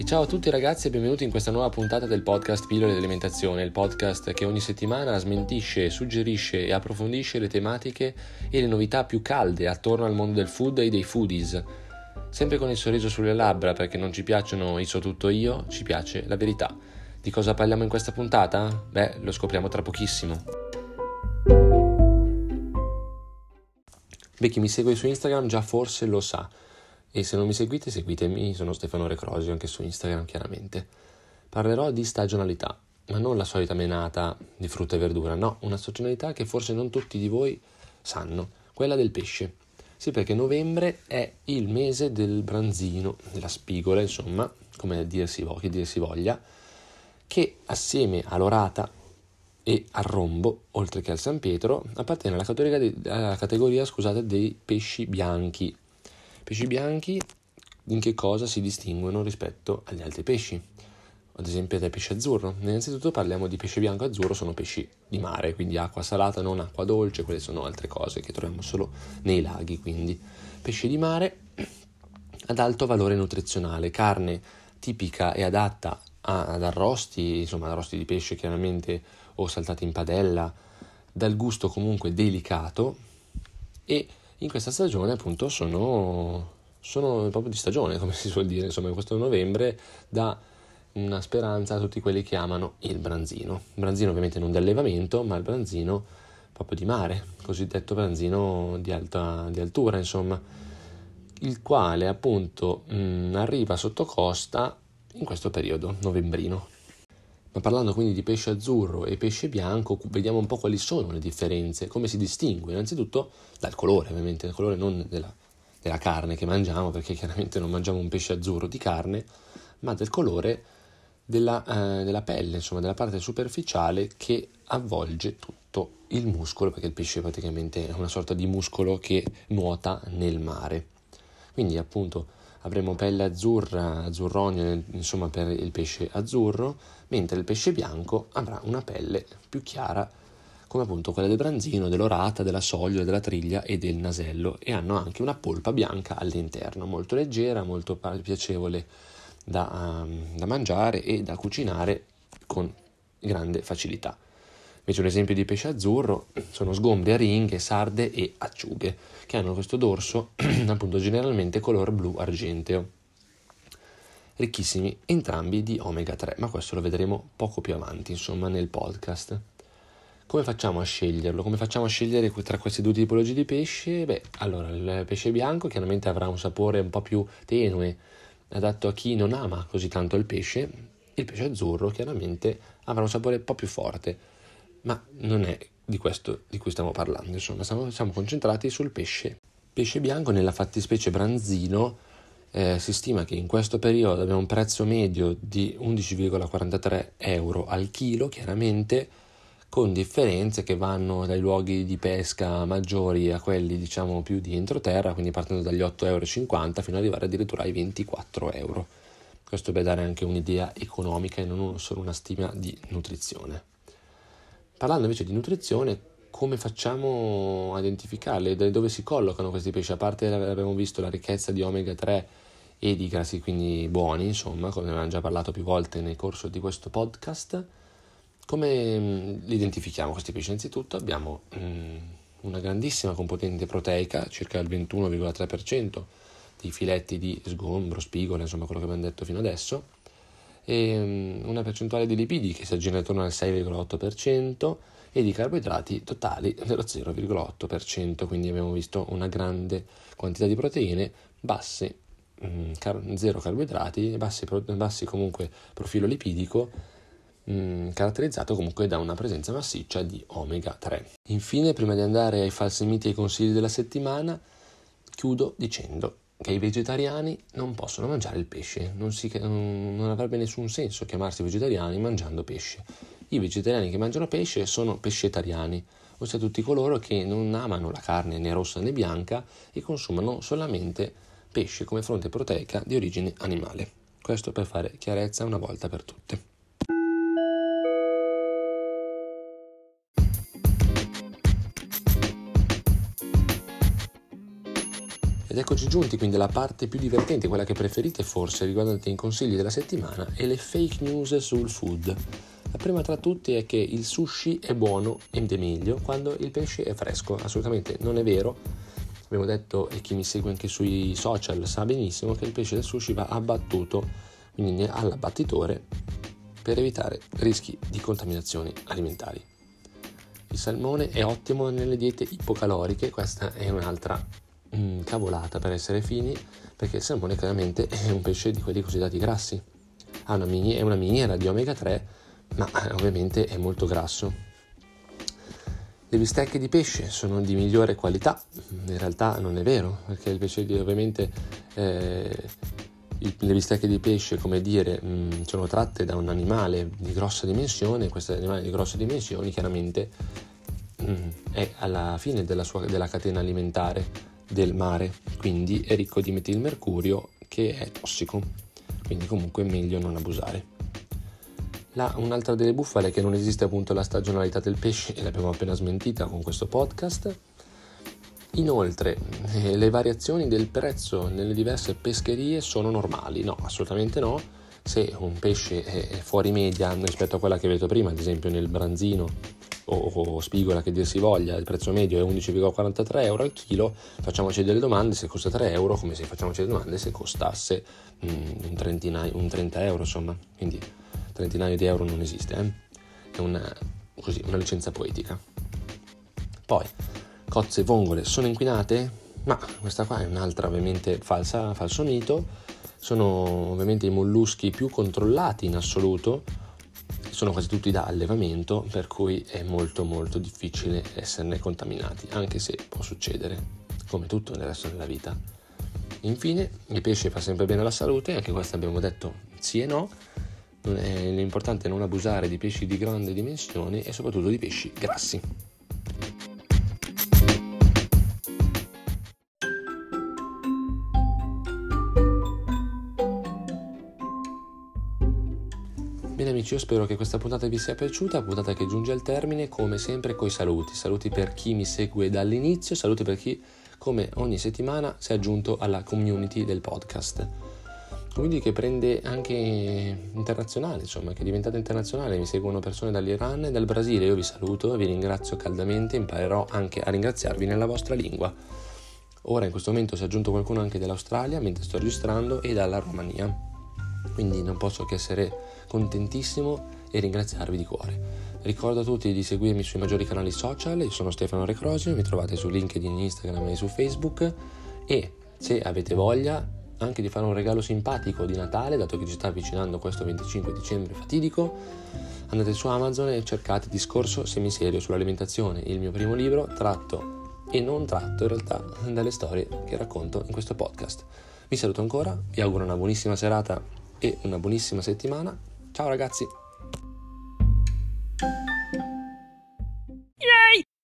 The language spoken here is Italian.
Ciao a tutti ragazzi e benvenuti in questa nuova puntata del podcast Pillole di Alimentazione, il podcast che ogni settimana smentisce, suggerisce e approfondisce le tematiche e le novità più calde attorno al mondo del food e dei foodies. Sempre con il sorriso sulle labbra perché non ci piacciono i so tutto io, ci piace la verità. Di cosa parliamo in questa puntata? Lo scopriamo tra pochissimo. Chi mi segue su Instagram già forse lo sa. E se non mi seguite, seguitemi, sono Stefano Recrosio anche su Instagram chiaramente. Parlerò di stagionalità, ma non la solita menata di frutta e verdura, no, una stagionalità che forse non tutti di voi sanno, quella del pesce. Sì, perché novembre è il mese del branzino, della spigola, insomma, come dirsi voglia, che assieme all'orata e al rombo, oltre che al San Pietro, appartiene alla categoria dei pesci bianchi. Pesci bianchi in che cosa si distinguono rispetto agli altri pesci? Ad esempio dal pesce azzurro. Innanzitutto parliamo di pesce bianco e azzurro, sono pesci di mare, quindi acqua salata, non acqua dolce, quelle sono altre cose che troviamo solo nei laghi, quindi pesci di mare ad alto valore nutrizionale, carne tipica e adatta ad arrosti, insomma arrosti di pesce chiaramente o saltati in padella, dal gusto comunque delicato e in questa stagione appunto sono proprio di stagione, come si suol dire, insomma in questo novembre dà una speranza a tutti quelli che amano il branzino ovviamente non di allevamento, ma il branzino proprio di mare, cosiddetto branzino di altura, insomma, il quale appunto arriva sotto costa in questo periodo novembrino. Ma parlando quindi di pesce azzurro e pesce bianco, vediamo un po' quali sono le differenze, come si distingue. Innanzitutto dal colore, ovviamente, il colore non della carne che mangiamo, perché chiaramente non mangiamo un pesce azzurro di carne, ma del colore della pelle, insomma, della parte superficiale che avvolge tutto il muscolo, perché il pesce praticamente è una sorta di muscolo che nuota nel mare. Quindi appunto avremo pelle azzurra, azzurrognea, insomma, per il pesce azzurro, mentre il pesce bianco avrà una pelle più chiara, come appunto quella del branzino, dell'orata, della soglia, della triglia e del nasello, e hanno anche una polpa bianca all'interno, molto leggera, molto piacevole da mangiare e da cucinare con grande facilità. Invece un esempio di pesce azzurro sono sgombri, aringhe, sarde e acciughe, che hanno questo dorso appunto generalmente color blu argenteo, ricchissimi entrambi di omega 3, ma questo lo vedremo poco più avanti, insomma, nel podcast. Come facciamo a sceglierlo? Come facciamo a scegliere tra queste due tipologie di pesce? Allora, il pesce bianco chiaramente avrà un sapore un po' più tenue, adatto a chi non ama così tanto il pesce. Il pesce azzurro chiaramente avrà un sapore un po' più forte, ma non è di questo di cui stiamo parlando, insomma, siamo concentrati sul pesce. Pesce bianco, nella fattispecie branzino, si stima che in questo periodo abbiamo un prezzo medio di 11,43 euro al chilo, chiaramente con differenze che vanno dai luoghi di pesca maggiori a quelli diciamo più di entroterra, quindi partendo dagli 8,50 euro fino ad arrivare addirittura ai 24 euro. Questo per dare anche un'idea economica e non solo una stima di nutrizione. Parlando invece di nutrizione, come facciamo a identificarle? Da dove si collocano questi pesci? A parte abbiamo visto la ricchezza di omega 3 e di grassi quindi buoni, insomma, come abbiamo già parlato più volte nel corso di questo podcast. Come li identifichiamo questi pesci? Innanzitutto abbiamo una grandissima componente proteica, circa il 21,3% di filetti di sgombro, spigola, insomma quello che abbiamo detto fino adesso, e una percentuale di lipidi che si aggira intorno al 6,8% e di carboidrati totali dello 0,8%, quindi abbiamo visto una grande quantità di proteine, basse, zero carboidrati, bassi comunque profilo lipidico, caratterizzato comunque da una presenza massiccia di omega 3. Infine, prima di andare ai falsi miti e ai consigli della settimana, chiudo dicendo che i vegetariani non possono mangiare il pesce, non avrebbe nessun senso chiamarsi vegetariani mangiando pesce. I vegetariani che mangiano pesce sono pescetariani, ossia tutti coloro che non amano la carne né rossa né bianca e consumano solamente pesce come fonte proteica di origine animale. Questo per fare chiarezza una volta per tutte. Ed eccoci giunti quindi alla parte più divertente, quella che preferite forse, riguardante i consigli della settimana e le fake news sul food. La prima tra tutte è che il sushi è buono ed è meglio quando il pesce è fresco. Assolutamente non è vero. Abbiamo detto, e chi mi segue anche sui social sa benissimo, che il pesce del sushi va abbattuto, quindi all'abbattitore, per evitare rischi di contaminazioni alimentari. Il salmone è ottimo nelle diete ipocaloriche, questa è un'altra cavolata per essere fini, perché il salmone chiaramente è un pesce di quelli cosiddetti grassi. È una miniera di omega 3, ma ovviamente è molto grasso. Le bistecche di pesce sono di migliore qualità. In realtà non è vero, perché il pesce ovviamente le bistecche di pesce, come dire, sono tratte da un animale di grossa dimensione. Questo animale di grosse dimensioni chiaramente è alla fine della catena alimentare del mare, quindi è ricco di metilmercurio, che è tossico, quindi comunque è meglio non abusare. Un'altra delle bufale è che non esiste appunto la stagionalità del pesce, e l'abbiamo appena smentita con questo podcast. Inoltre le variazioni del prezzo nelle diverse pescherie sono normali? No, assolutamente no. Se un pesce è fuori media rispetto a quella che vedo prima, ad esempio nel branzino o spigola che dir si voglia, il prezzo medio è 11,43 euro al chilo, facciamoci delle domande se costa 3 euro, come se facciamoci delle domande se costasse un 30 euro, insomma. Quindi trentinaio di euro non esiste, è una licenza poetica. Poi, cozze e vongole sono inquinate? Ma questa qua è un'altra ovviamente falso mito. Sono ovviamente i molluschi più controllati in assoluto, sono quasi tutti da allevamento, per cui è molto molto difficile esserne contaminati, anche se può succedere, come tutto nel resto della vita. Infine, il pesce fa sempre bene alla salute, anche questo abbiamo detto sì e no. L'importante è non abusare di pesci di grandi dimensioni e soprattutto di pesci grassi. Bene amici, io spero che questa puntata vi sia piaciuta, puntata che giunge al termine come sempre coi saluti per chi mi segue dall'inizio, saluti per chi come ogni settimana si è aggiunto alla community del podcast. Quindi che prende anche internazionale, insomma, che è diventata internazionale, mi seguono persone dall'Iran e dal Brasile. Io vi saluto e vi ringrazio caldamente, imparerò anche a ringraziarvi nella vostra lingua. Ora in questo momento si è aggiunto qualcuno anche dall'Australia mentre sto registrando e dalla Romania, quindi non posso che essere contentissimo e ringraziarvi di cuore. Ricordo a tutti di seguirmi sui maggiori canali social, io sono Stefano Recrosio, mi trovate su LinkedIn, Instagram e su Facebook, e se avete voglia anche di fare un regalo simpatico di Natale, dato che ci sta avvicinando questo 25 dicembre fatidico, andate su Amazon e cercate Discorso Semiserio sull'alimentazione, il mio primo libro tratto e non tratto in realtà dalle storie che racconto in questo podcast. Vi saluto ancora, vi auguro una buonissima serata e una buonissima settimana. Ciao ragazzi!